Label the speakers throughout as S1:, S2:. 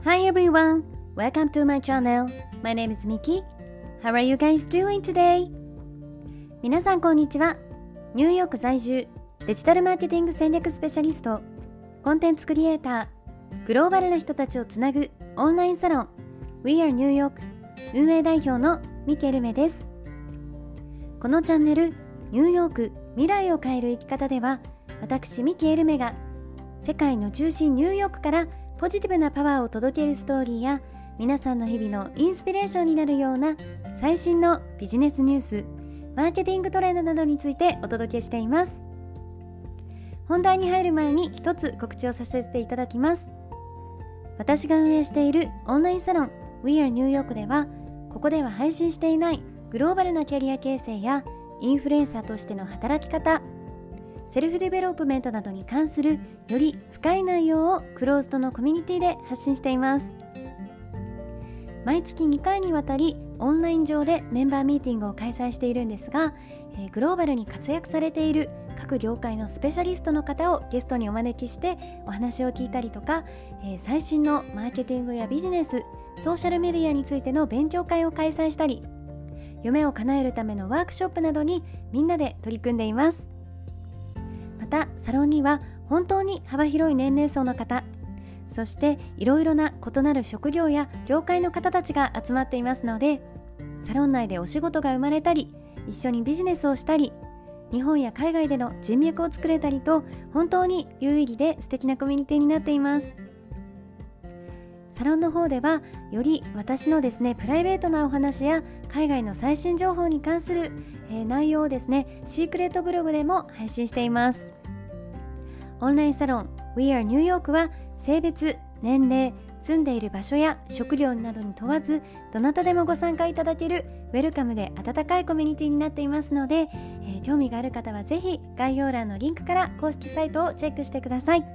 S1: Hi everyone, welcome to my channel. My name is Miki. How are you guys doing today? 皆さんこんにちは。ニューヨーク在住、デジタルマーケティング戦略スペシャリスト、コンテンツクリエイター、グローバルな人たちをつなぐオンラインサロン We are New York 運営代表のミキエルメです。このチャンネルニューヨーク未来を変える生き方では、私ミキエルメが世界の中心ニューヨークからポジティブなパワーを届けるストーリーや、皆さんの日々のインスピレーションになるような最新のビジネスニュース、マーケティングトレンドなどについてお届けしています。本題に入る前に一つ告知をさせていただきます。私が運営しているオンラインサロン We are New York では、ここでは配信していないグローバルなキャリア形成やインフルエンサーとしての働き方、セルフデベロップメントなどに関するより深い内容をクローズドのコミュニティで発信しています。毎月2回にわたりオンライン上でメンバーミーティングを開催しているんですが、グローバルに活躍されている各業界のスペシャリストの方をゲストにお招きしてお話を聞いたりとか、最新のマーケティングやビジネス、ソーシャルメディアについての勉強会を開催したり、夢を叶えるためのワークショップなどにみんなで取り組んでいます。またサロンには本当に幅広い年齢層の方、そしていろいろな異なる職業や業界の方たちが集まっていますので、サロン内でお仕事が生まれたり、一緒にビジネスをしたり、日本や海外での人脈を作れたりと、本当に有意義で素敵なコミュニティになっています。サロンの方ではより私のですね、プライベートなお話や海外の最新情報に関する、内容をですね、シークレットブログでも配信しています。オンラインサロン We are New York は性別、年齢、住んでいる場所や職業などに問わず、どなたでもご参加いただけるウェルカムで温かいコミュニティになっていますので、興味がある方はぜひ概要欄のリンクから公式サイトをチェックしてください。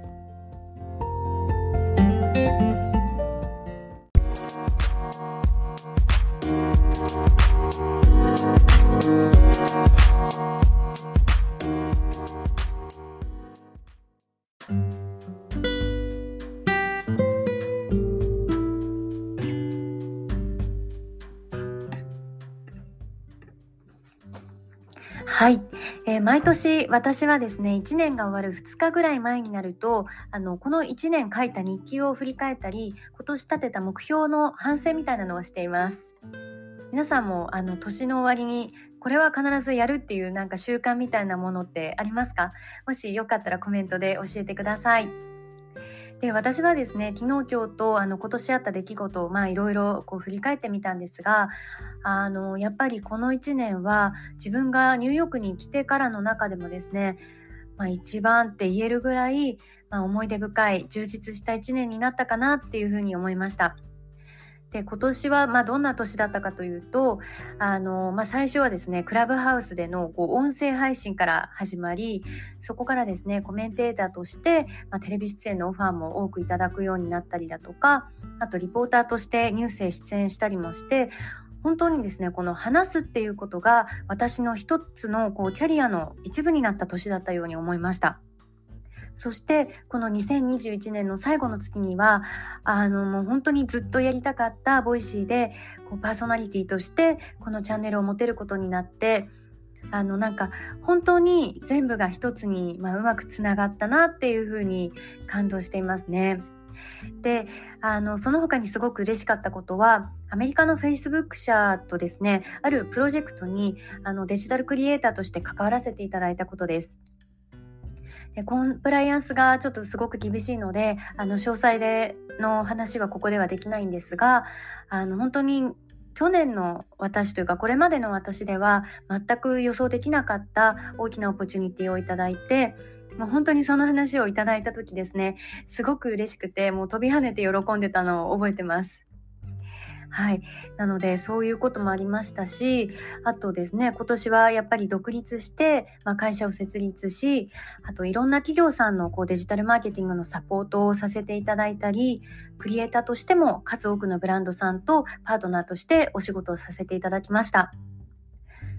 S2: はい、毎年私はですね、1年が終わる2日ぐらい前になると、この1年書いた日記を振り返ったり、今年立てた目標の反省みたいなのをしています。皆さんも年の終わりにこれは必ずやるっていうなんか習慣みたいなものってありますか？もしよかったらコメントで教えてください。で、私はですね、昨日今日と今年あった出来事をいろいろ振り返ってみたんですが、やっぱりこの1年は自分がニューヨークに来てからの中でもですね、一番って言えるぐらい、思い出深い充実した1年になったかなっていうふうに思いました。で、今年はどんな年だったかというと、最初はですね、クラブハウスでの音声配信から始まり、そこからですね、コメンテーターとして、テレビ出演のオファーも多くいただくようになったりだとか、あとリポーターとしてニュースへ出演したりもして、本当にですね、この話すっていうことが私の一つのキャリアの一部になった年だったように思いました。そしてこの2021年の最後の月にはもう本当にずっとやりたかったボイシーでパーソナリティとしてこのチャンネルを持てることになって、なんか本当に全部が一つに、うまくつながったなっていうふうに感動していますね。で、その他にすごく嬉しかったことは、アメリカの Facebook 社とですね、あるプロジェクトにデジタルクリエイターとして関わらせていただいたことです。で、コンプライアンスがちょっとすごく厳しいので、詳細での話はここではできないんですが、本当に去年の私というかこれまでの私では全く予想できなかった大きなオポチュニティをいただいて、もう本当にその話をいただいた時ですね、すごく嬉しくて、もう飛び跳ねて喜んでたのを覚えてます。はい、なのでそういうこともありましたし、あとですね、今年はやっぱり独立して、会社を設立し、あといろんな企業さんのデジタルマーケティングのサポートをさせていただいたり、クリエイターとしても数多くのブランドさんとパートナーとしてお仕事をさせていただきました。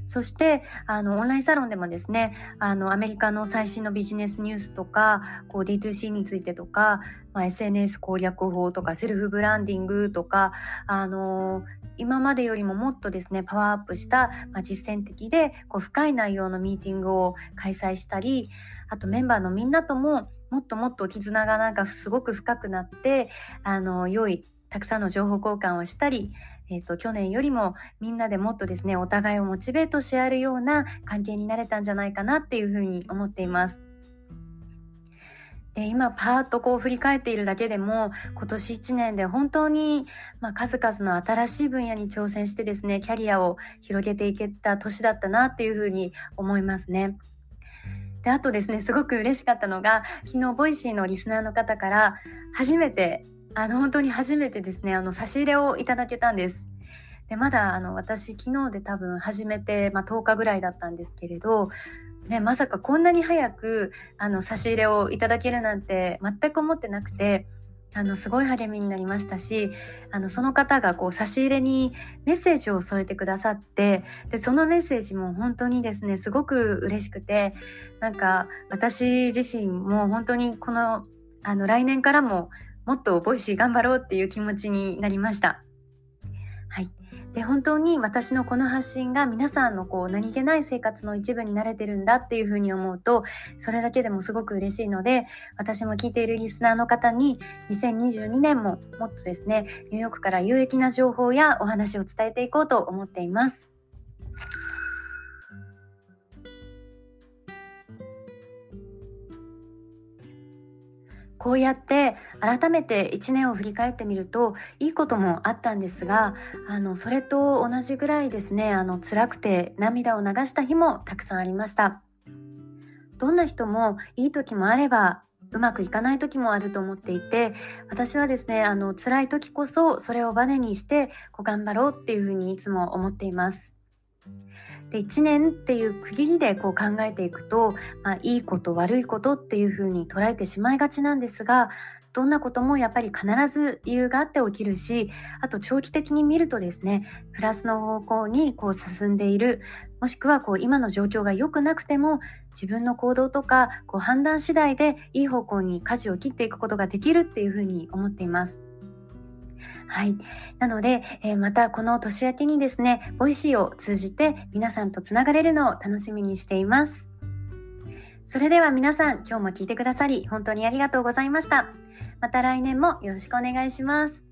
S2: そしてオンラインサロンでもですね、アメリカの最新のビジネスニュースとか、D2C についてとか、SNS 攻略法とかセルフブランディングとか、今までよりももっとですねパワーアップした、実践的で深い内容のミーティングを開催したり、あとメンバーのみんなとももっともっと絆がすごく深くなって、たくさんの情報交換をしたり、去年よりもみんなでもっとですねお互いをモチベートし合えるような関係になれたんじゃないかなっていうふうに思っています。で、今パーッと振り返っているだけでも今年1年で本当に、数々の新しい分野に挑戦してですねキャリアを広げていけた年だったなっていうふうに思いますね。で、あとですねすごく嬉しかったのが、昨日ボイシーのリスナーの方から本当に初めてですね差し入れをいただけたんです。で、まだ私昨日で多分始めて、10日ぐらいだったんですけれど、ね、まさかこんなに早く差し入れをいただけるなんて全く思ってなくて、すごい励みになりましたし、その方が差し入れにメッセージを添えてくださって、でそのメッセージも本当にですねすごく嬉しくて、私自身も本当に来年からももっとボイシー頑張ろうっていう気持ちになりました。はい。で、本当に私のこの発信が皆さんの何気ない生活の一部になれてるんだっていうふうに思うと、それだけでもすごく嬉しいので、私も聞いているリスナーの方に2022年ももっとですねニューヨークから有益な情報やお話を伝えていこうと思っています。こうやって改めて1年を振り返ってみるといいこともあったんですが、それと同じぐらいですね辛くて涙を流した日もたくさんありました。どんな人もいい時もあればうまくいかない時もあると思っていて、私はですね辛い時こそそれをバネにして頑張ろうっていうふうにいつも思っています。で、1年っていう区切りで考えていくと、いいこと悪いことっていう風に捉えてしまいがちなんですが、どんなこともやっぱり必ず理由があって起きるし、あと長期的に見るとですねプラスの方向に進んでいる、もしくは今の状況が良くなくても自分の行動とか判断次第でいい方向に舵を切っていくことができるっていう風に思っています。はい。なので、またこの年明けにですね、ボイシーを通じて皆さんとつながれるのを楽しみにしています。それでは皆さん、今日も聞いてくださり本当にありがとうございました。また来年もよろしくお願いします。